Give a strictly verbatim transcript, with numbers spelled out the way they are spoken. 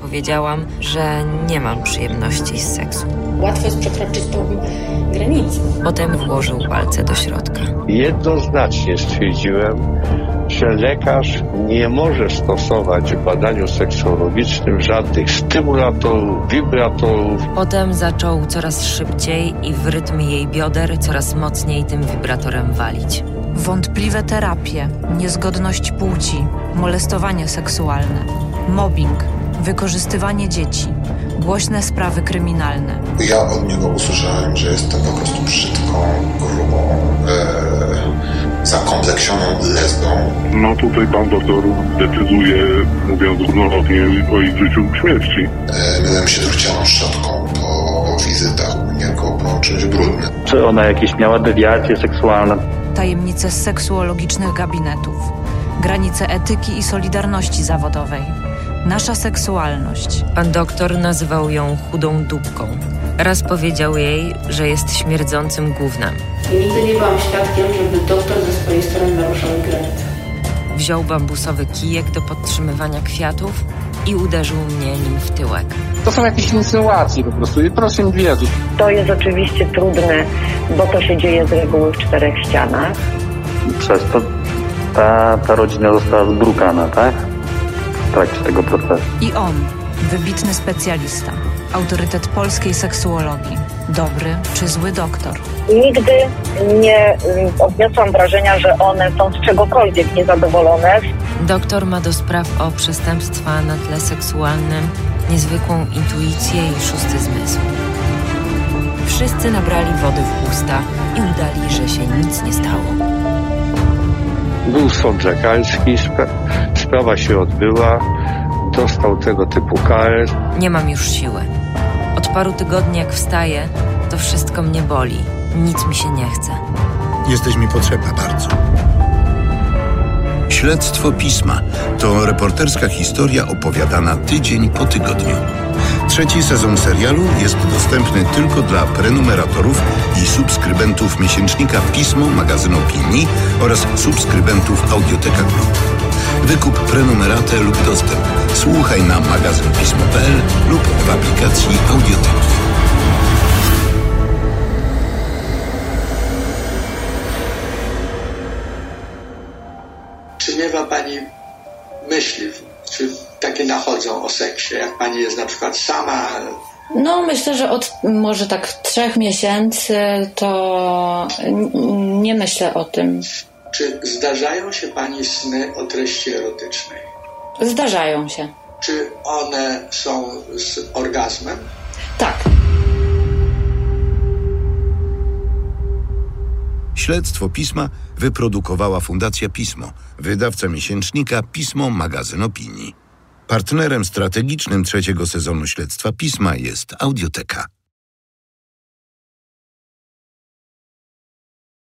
powiedziałam, że nie mam przyjemności z seksu. Łatwo jest przekroczyć tą granicę. Potem włożył palce do środka. Jednoznacznie stwierdziłem, że lekarz nie może stosować w badaniu seksuologicznym żadnych stymulatorów, wibratorów. Potem zaczął coraz szybciej i w rytm jej bioder coraz mocniej tym wibratorem walić. Wątpliwe terapie, niezgodność płci, molestowanie seksualne, mobbing, wykorzystywanie dzieci, głośne sprawy kryminalne. Ja od niego usłyszałem, że jestem po prostu brzydką, grubą, e, zakompleksioną lesbą. No tutaj pan doktor decyduje, mówiąc górnolotnie, o ich życiu lub śmierci. E, myłem się drucianą szczotką po wizytach u niego po czymś brudnym. Czy ona jakieś miała dewiacje seksualne? Tajemnice seksuologicznych gabinetów, granice etyki i solidarności zawodowej. Nasza seksualność. Pan doktor nazywał ją chudą dupką. Raz powiedział jej, że jest śmierdzącym gównem. I nigdy nie byłam świadkiem, żeby doktor ze swojej strony naruszał granice. Wziął bambusowy kijek do podtrzymywania kwiatów i uderzył mnie nim w tyłek. To są jakieś insynuacje po prostu i proszę mi wierzyć. To jest oczywiście trudne, bo to się dzieje z reguły w czterech ścianach. Przez to ta, ta rodzina została zbrukana, tak? W trakcie tego procesu. I on, wybitny specjalista, autorytet polskiej seksuologii. Dobry czy zły doktor? Nigdy nie odniosłam wrażenia, że one są z czegokolwiek niezadowolone. Doktor ma do spraw o przestępstwa na tle seksualnym niezwykłą intuicję i szósty zmysł. Wszyscy nabrali wody w usta i udali, że się nic nie stało. Był sąd lekarski, spra- sprawa się odbyła, dostał tego typu karę. Nie mam już siły. Od paru tygodni jak wstaję, to wszystko mnie boli. Nic mi się nie chce. Jesteś mi potrzebna bardzo. Śledztwo Pisma to reporterska historia opowiadana tydzień po tygodniu. Trzeci sezon serialu jest dostępny tylko dla prenumeratorów i subskrybentów miesięcznika Pismo, magazyn opinii oraz subskrybentów Audioteka Group. Wykup prenumeratę lub dostęp. Słuchaj na magazyn pismo kropka p l lub w aplikacji Audioteki. Czy nie ma pani myśli, czy takie nachodzą o seksie, jak pani jest na przykład sama? No myślę, że od może tak trzech miesięcy to nie myślę o tym. Czy zdarzają się pani sny o treści erotycznej? Zdarzają się. Czy one są z orgazmem? Tak. Śledztwo Pisma wyprodukowała Fundacja Pismo, wydawca miesięcznika Pismo, magazyn opinii. Partnerem strategicznym trzeciego sezonu Śledztwa Pisma jest Audioteka.